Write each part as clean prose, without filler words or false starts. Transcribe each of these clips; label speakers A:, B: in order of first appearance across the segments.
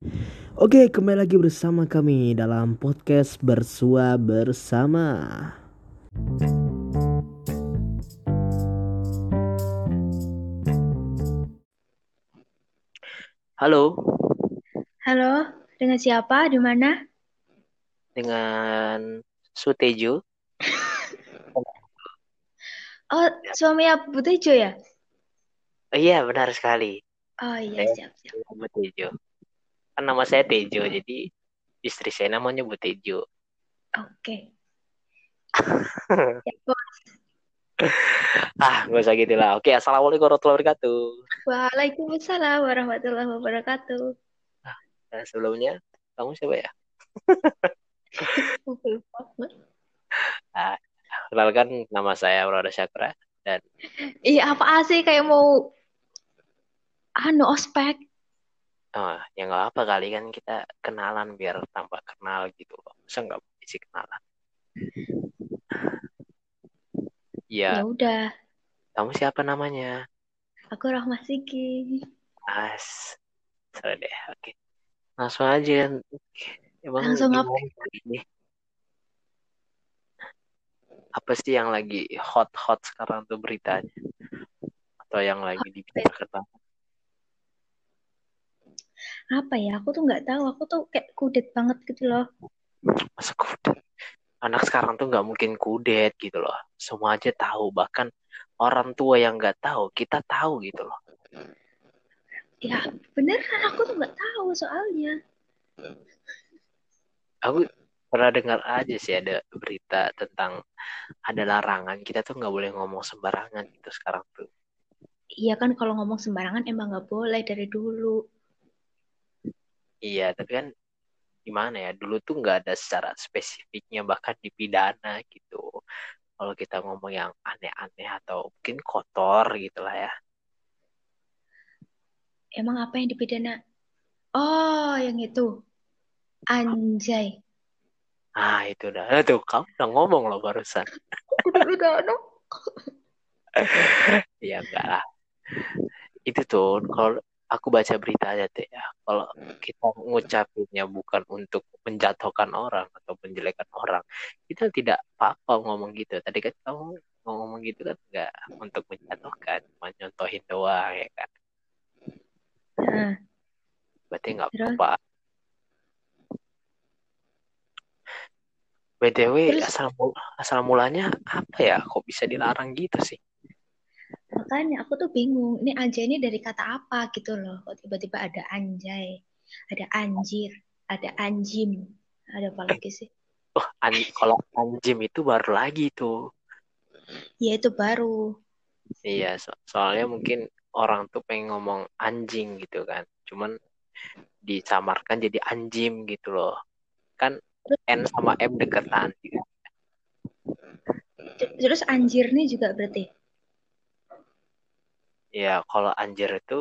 A: Oke, kembali lagi bersama kami dalam podcast Bersua Bersama. Halo,
B: Halo, dengan siapa? Di mana?
A: dengan Sutejo.
B: Oh, suami Abu Tejo ya?
A: Oh, iya, benar sekali.
B: Oh iya,
A: Saya
B: siap-siap.
A: Bu Tejo. Kan nama saya Tejo, jadi istri saya namanya Bu Tejo.
B: Oke. Ya, Bos.
A: Gak usah gitu lah. Oke, assalamualaikum warahmatullahi wabarakatuh.
B: Waalaikumsalam warahmatullahi wabarakatuh.
A: Nah, sebelumnya, kamu siapa ya?
B: Lupa.
A: Nah, kenalkan nama saya Aurora Syakra dan
B: Iya, apa sih kayak mau ospek?
A: ya nggak apa kali kan kita kenalan biar tambah kenal gitu loh. Masa nggak boleh sih kenalan?
B: Ya
A: Iya,
B: udah,
A: kamu siapa namanya?
B: aku Rahma Siki.
A: As, sorry deh. Oke, langsung aja. Emang
B: Langsung apa?
A: gimana ini? Apa sih yang lagi hot-hot sekarang tuh beritanya? Atau yang lagi dibicarakan?
B: Apa ya? Aku tuh nggak tahu. Aku tuh kayak kudet banget gitu loh.
A: Masa kudet? Anak sekarang tuh nggak mungkin kudet gitu loh. Semua aja tahu. Bahkan orang tua yang nggak tahu, kita tahu gitu loh.
B: Ya, beneran aku tuh nggak tahu soalnya.
A: Aku pernah dengar aja sih ada berita tentang ada larangan. Kita tuh nggak boleh ngomong sembarangan gitu sekarang tuh.
B: Iya kan kalau ngomong sembarangan emang nggak boleh dari dulu.
A: Iya, tapi kan gimana ya? Dulu tuh nggak ada secara spesifiknya bahkan dipidana gitu. Kalau kita ngomong yang aneh-aneh atau mungkin kotor gitu lah ya.
B: Emang apa yang dipidana? Oh, yang itu. Anjay.
A: Itu udah. Tuh, kamu udah ngomong loh barusan.
B: Udah pidana.
A: Ya enggak lah. Itu tuh, kalau aku baca berita aja tuh ya. Kalau kita ngucapinnya bukan untuk menjatuhkan orang atau menjelekan orang, kita tidak apa-apa ngomong gitu. Tadi kan kamu ngomong gitu kan enggak untuk menjatuhkan, cuma nyontohin doang ya kan.
B: Nah,
A: Berarti nggak
B: terus
A: apa-apa. BTW
B: terus
A: asal mulanya apa ya? Kok bisa dilarang gitu sih?
B: makanya aku tuh bingung. Ini anjay ini dari kata apa gitu loh. Kok tiba-tiba ada anjay, ada anjir, ada anjim, ada apa lagi sih?
A: Oh, kalau anjim itu baru lagi tuh.
B: Ya itu baru.
A: Iya, soalnya mungkin orang tuh pengen ngomong anjing gitu kan. Cuman disamarkan jadi anjim gitu loh. Kan N sama M deketan gitu.
B: Terus anjir nih juga berarti.
A: Ya, kalau anjir itu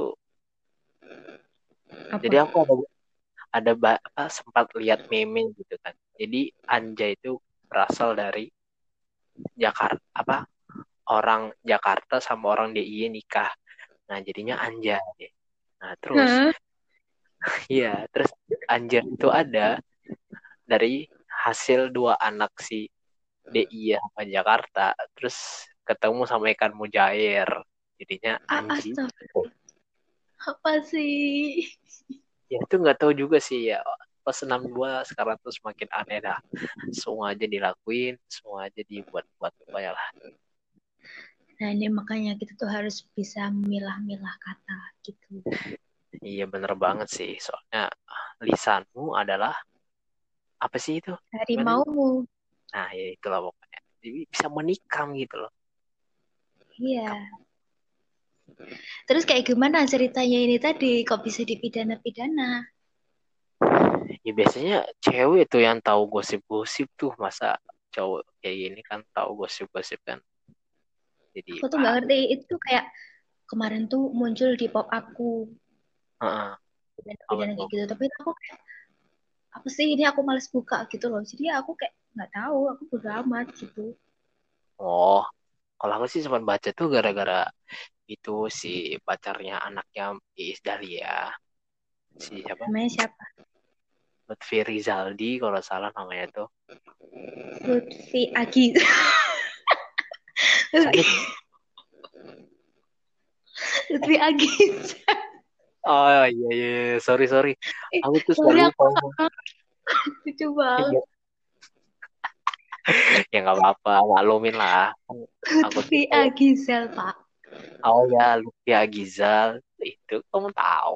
A: jadi
B: Apa?
A: aku sempat lihat meme gitu kan. Jadi anjay itu berasal dari Jakarta orang Jakarta sama orang DIY nikah. Nah, jadinya anjay. Nah,
B: Hah?
A: terus anjay itu ada dari hasil dua anak si DI ya sama Jakarta terus ketemu sama ikan mujair jadinya anjing
B: Astaga, apa sih?
A: ya itu nggak tahu juga sih ya pas 62 sekarang tuh semakin aneh dah semua aja dilakuin semua aja dibuat-buat supaya lah
B: Nah ini makanya kita tuh harus bisa memilah-milah kata gitu.
A: iya bener banget sih soalnya lisanmu adalah apa sih itu gimana sih
B: Harimaumu.
A: nah ya itulah pokoknya jadi bisa menikam gitu loh
B: Iya. Terus kayak gimana ceritanya ini tadi? Kok bisa dipidana-pidana?
A: ya biasanya cewek tuh yang tahu gosip-gosip tuh masa cowok kayak gini kan tahu gosip-gosip kan jadi
B: Aku tuh nggak
A: paham.
B: ngerti. Itu kayak kemarin tuh muncul di pop aku.
A: Heeh, apa
B: Pidana-pidana
A: tuh?
B: kayak gitu. Tapi aku kayak, apa sih ini aku males buka gitu loh. Jadi aku kayak nggak tahu. Aku bodo amat gitu.
A: Oh, kalau aku sih sempat baca tuh gara-gara itu si pacarnya anaknya Iis Dahlia, si siapa?
B: Namanya siapa?
A: Lutfi Rizaldi kalau salah namanya tuh.
B: Lutfi Agi.
A: Sakit.
B: Lutfi Agi.
A: Oh iya, iya, iya. Sorry sorry. Aku tuh
B: Sorry
A: selalu
B: aku
A: ngomong.
B: lucu banget.
A: Iya. Ya nggak apa-apa, maklumin lah. Aku tuh
B: Lutfi
A: kayak,
B: Agizal, Pak.
A: oh ya Lutfi Agizal itu kamu tahu.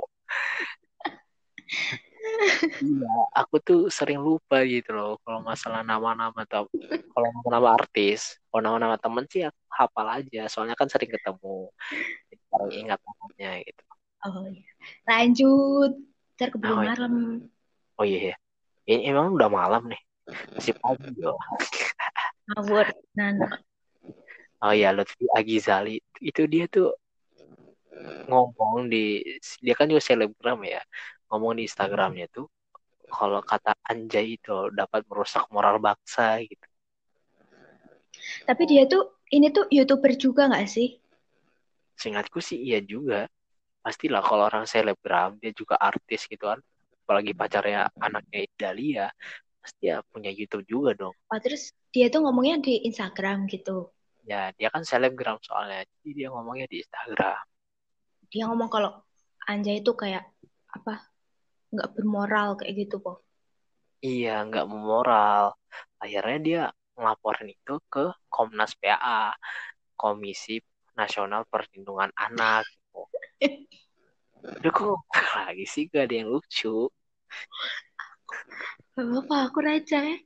A: Iya, aku tuh sering lupa gitu loh kalau masalah nama-nama atau kalau nama-nama artis. Kalau nama-nama temen sih aku hafal aja, soalnya kan sering ketemu. Jadi sering ingat namanya gitu.
B: Oh iya. Lanjut. Ntar keburu
A: Oh,
B: malam.
A: oh iya ya. Ini emang udah malam nih. Masih pagi loh.
B: Ngawur. Nana.
A: Oh iya, Lutfi Agizali. Itu dia tuh ngomong di, dia kan juga selebgram ya. Ngomong di Instagramnya tuh, kalau kata anjay itu dapat merusak moral bangsa gitu.
B: Tapi dia tuh, ini tuh YouTuber juga nggak sih?
A: Seingatku sih iya juga. Pastilah kalau orang selebgram, dia juga artis gitu kan. Apalagi pacarnya anaknya Idalia, pasti ya punya YouTube juga dong.
B: Oh, terus dia tuh ngomongnya di Instagram gitu.
A: Ya, dia kan selebgram soalnya. Jadi dia ngomongnya di Instagram.
B: Dia ngomong kalau Anjay itu kayak apa? Nggak bermoral kayak gitu kok.
A: Iya, nggak memoral. Akhirnya dia ngelaporin itu ke Komnas PA, Komisi Nasional Perlindungan Anak. Gitu. Udah kok lagi sih gak ada yang lucu.
B: Gak apa, aku raja ya.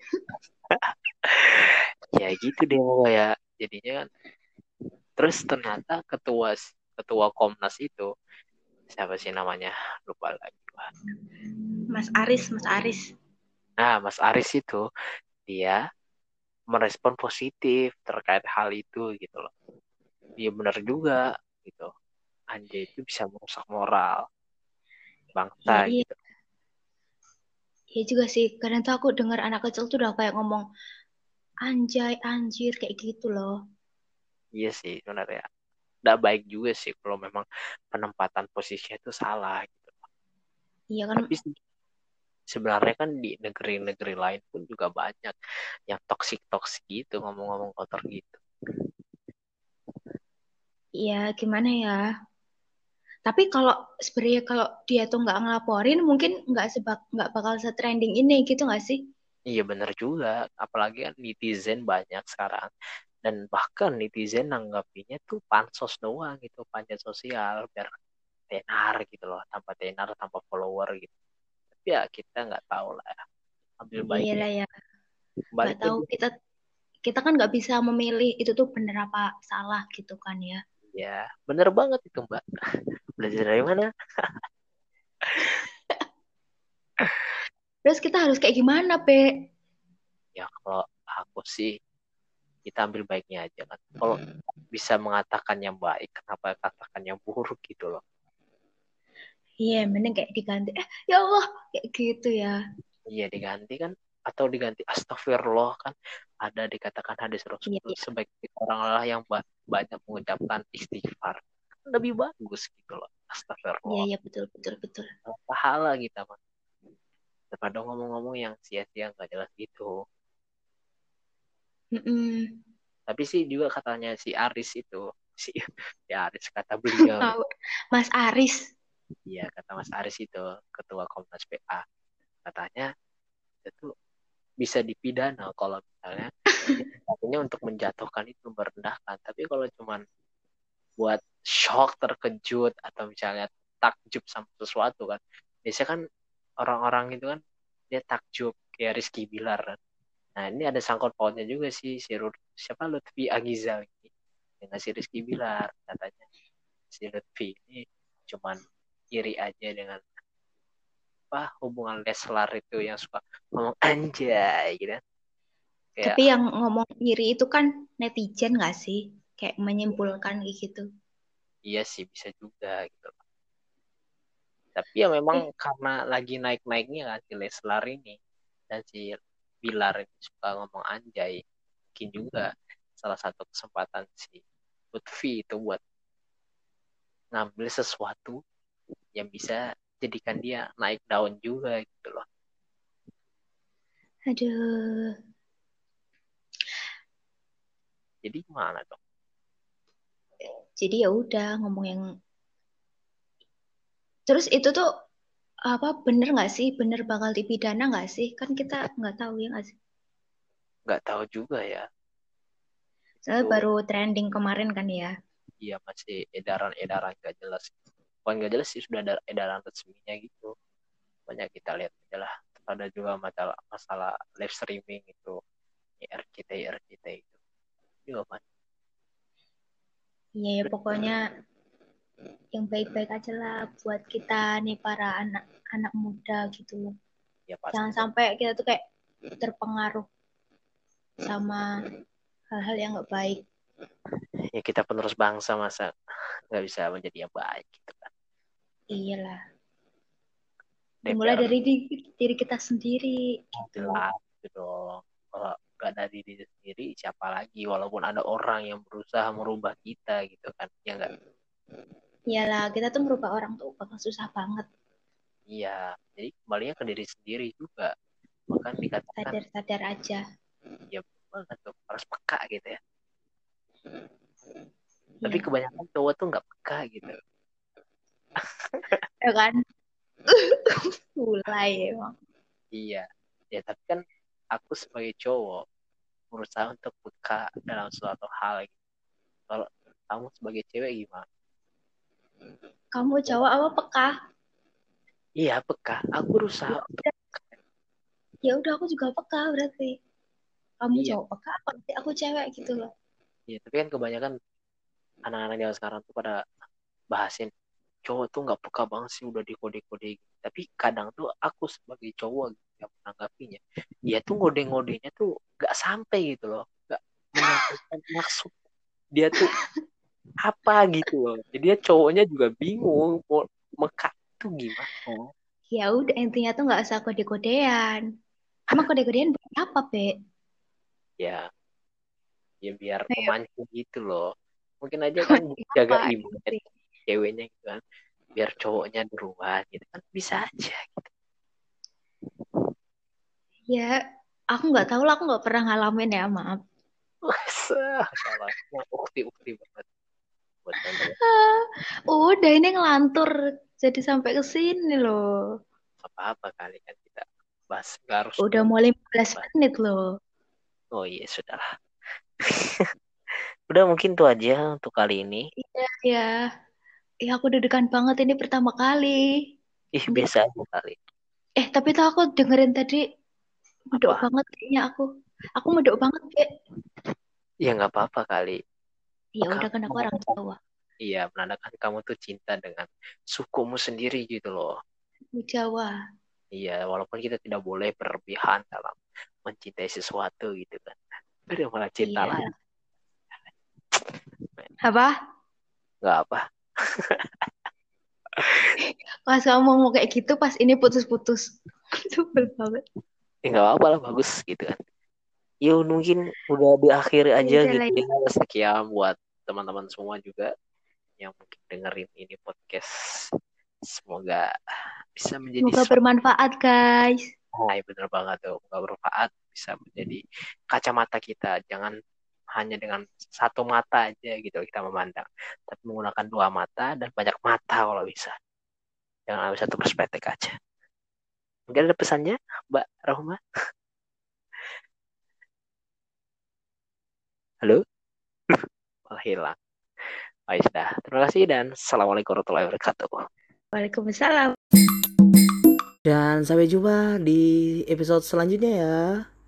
A: Ya gitu deh ya. Jadinya kan. Terus ternyata ketua ketua Komnas itu siapa sih namanya? Lupa lagi.
B: Mas Aris, Mas Aris.
A: Nah, Mas Aris itu dia merespon positif terkait hal itu gitu loh. Dia benar juga gitu. Anjay itu bisa merusak moral bangsa
B: Iya, iya.
A: gitu.
B: Iya juga sih. Kadang tuh aku dengar anak kecil tuh udah kayak ngomong anjay, anjir kayak gitu loh.
A: Iya sih sebenarnya. Nggak baik juga sih kalau memang penempatan posisinya itu salah gitu.
B: Iya kan.
A: Tapi sebenarnya kan di negeri-negeri lain pun juga banyak yang toksik-toksik gitu, ngomong-ngomong kotor gitu.
B: Iya, gimana ya? Tapi kalau sebenarnya kalau dia tuh nggak ngelaporin, mungkin nggak bakal se-trending ini gitu nggak sih?
A: Iya bener juga, apalagi kan netizen banyak sekarang. Dan bahkan netizen nanggapinya tuh pansos doang gitu, panjat sosial, biar tenar gitu loh, tanpa tenar, tanpa follower gitu. Tapi ya kita nggak tahu lah ya, ambil
B: Iya
A: baiknya.
B: lah ya. Nggak
A: Balik ke
B: tahu
A: dia.
B: kita kita kan nggak bisa memilih itu tuh bener apa salah gitu kan ya.
A: Ya, bener banget itu Mbak. Belajar dari mana?
B: Terus kita harus kayak gimana, Pe?
A: Ya kalau aku sih, kita ambil baiknya aja kan. Kalau bisa mengatakan yang baik, kenapa katakan yang buruk gitu loh.
B: Iya, mending kayak diganti. Ya Allah, kayak gitu ya.
A: Iya diganti kan, atau diganti astagfirullah kan, ada dikatakan hadis Rasul
B: Iya,
A: itu
B: iya.
A: sebaik orang lah yang banyak mengucapkan istighfar, lebih bagus gitu loh,
B: Iya,
A: astagfirullah,
B: iya, betul, betul, betul.
A: pahala kita mah daripada ngomong-ngomong yang sia-sia nggak jelas gitu.
B: Mm-mm.
A: Tapi sih juga katanya si Aris itu, si, si Aris kata beliau nih,
B: Mas Aris.
A: iya kata Mas Aris itu ketua Komnas PA, katanya itu bisa dipidana kalau misalnya artinya untuk menjatuhkan itu merendahkan, tapi kalau cuman buat shock terkejut atau misalnya takjub sama sesuatu kan, biasanya kan orang-orang itu kan dia takjub kayak Rizky Bilar kan. Nah ini ada sangkut pautnya juga sih si siapa Lutfi Agizal ini dengan si Rizky Bilar, katanya si Lutfi ini cuman iri aja dengan apa hubungan Leslar itu yang suka ngomong anjay gitu kan. Kayak
B: Tapi yang ngomong iri itu kan netizen nggak sih? Kayak menyimpulkan kayak gitu.
A: iya sih bisa juga gitu. Tapi ya memang
B: Eh,
A: karena lagi naik-naiknya kan si Leslar ini dan si Bilar ini suka ngomong anjay. Mungkin juga salah satu kesempatan si Lutfi itu buat ngambil sesuatu yang bisa jadikan dia naik daun juga gitu loh.
B: Aduh.
A: Jadi gimana dong?
B: Jadi ya udah ngomong yang terus itu tuh apa bener nggak sih? Bener bakal dipidana nggak sih? Kan kita nggak tahu ya nggak sih?
A: Nggak tahu juga ya.
B: Soalnya
A: Itu
B: baru trending kemarin kan ya.
A: dia masih edaran-edaran nggak jelas. Bukan nggak jelas sih, sudah ada edaran resminya gitu. Banyak kita lihat aja lah. Ada juga masalah masalah live streaming itu, RCT itu juga kan.
B: Iya ya pokoknya yang baik-baik aja lah buat kita nih para anak-anak muda gitu.
A: Ya
B: Jangan
A: pasti dong.
B: sampai kita tuh kayak terpengaruh sama hal-hal yang nggak baik.
A: Ya kita penerus bangsa, masa nggak bisa menjadi yang baik gitu kan.
B: Iyalah. Dimulai
A: DPR
B: dari diri kita sendiri gitu.
A: jelas gitu dong. Kalau nggak dari diri sendiri, siapa lagi? Walaupun ada orang yang berusaha merubah kita gitu kan, ya nggak.
B: Iyalah, kita tuh merubah orang tuh bakal susah banget.
A: Iya, jadi kembalinya ke diri sendiri juga. Bahkan dikatakan
B: Sadar-sadar aja.
A: ya banget tuh harus peka gitu ya. Tapi
B: Iya,
A: kebanyakan cowok tuh nggak peka gitu.
B: ya kan? Mulai emang.
A: Iya, ya tapi kan aku sebagai cowok berusaha untuk peka dalam suatu hal gitu. Kalau kamu sebagai cewek gimana?
B: Kamu cowok apa peka?
A: Iya peka. Aku berusaha
B: Ya
A: untuk
B: udah, ya udah aku juga peka berarti. Kamu
A: iya,
B: cowok peka, apa berarti aku cewek gitu loh.
A: iya. Tapi kan kebanyakan anak-anak zaman sekarang tuh pada bahasin cowok tuh nggak peka banget sih, udah dikode-kode gitu. Tapi kadang tuh aku sebagai cowok gitu, yang menanggapinya, dia tuh ngode-ngodenya tuh nggak sampai gitu loh, nggak menyampaikan maksud dia tuh apa gitu loh. Jadi dia cowoknya juga bingung mau meka tuh gimana.
B: Ya udah intinya tuh nggak usah kode-kodean. Emang kode-kodean buat apa, Be?
A: Ya, ya biar
B: Ayo,
A: memancing gitu loh. Mungkin aja kan jaga
B: apa
A: image
B: sih?
A: ceweknya gitu kan, biar cowoknya berubah gitu kan, bisa aja.
B: Ya, aku nggak tahu lah, aku nggak pernah ngalamin ya, maaf.
A: Wah, kalau ukti-ukti banget buat teman-teman.
B: Ah, udah ini ngelantur jadi sampai ke sini loh.
A: Apa-apa kali kan kita bahas, nggak harus
B: Udah
A: tuntas
B: mau 15
A: bahas.
B: menit loh.
A: Oh iya sudahlah. Udah mungkin tuh aja untuk kali ini.
B: Iya, ya. Ya aku deg-degan banget ini pertama kali.
A: Ih
B: Nanti,
A: biasa aja kali.
B: tapi tuh aku dengerin tadi medok
A: Apa?
B: banget kayaknya aku. Aku medok banget kayak.
A: Ya nggak apa-apa kali.
B: Ya udah
A: Kamu
B: kan aku orang
A: menandakan,
B: Jawa.
A: iya menandakan kamu tuh cinta dengan sukumu sendiri gitu loh.
B: Aku Jawa.
A: Iya, walaupun kita tidak boleh berlebihan dalam mencintai sesuatu gitu kan. Udah malah cinta
B: Iya.
A: lah.
B: Apa?
A: Nggak apa.
B: Pas kamu mau kayak gitu, pas ini putus-putus. Sebel banget.
A: Nggak apa lah, bagus gitu kan. Ya mungkin udah diakhiri
B: Ya
A: aja
B: udah lah
A: gitu
B: ya.
A: ya. Sekian buat teman-teman semua juga yang mungkin dengerin ini podcast. Semoga bisa menjadi
B: Semoga bermanfaat, guys.
A: bener banget tuh. Semoga bermanfaat, bisa menjadi kacamata kita. Jangan hanya dengan satu mata aja gitu kita memandang, tapi menggunakan dua mata dan banyak mata kalau bisa. Jangan ambil satu perspektif aja. Mungkin ada pesannya, Mbak Rahma? Halo? Malah hilang. Oh, ya sudah. Terima kasih dan Assalamualaikum warahmatullahi wabarakatuh.
B: Waalaikumsalam.
C: Dan sampai jumpa di episode selanjutnya ya.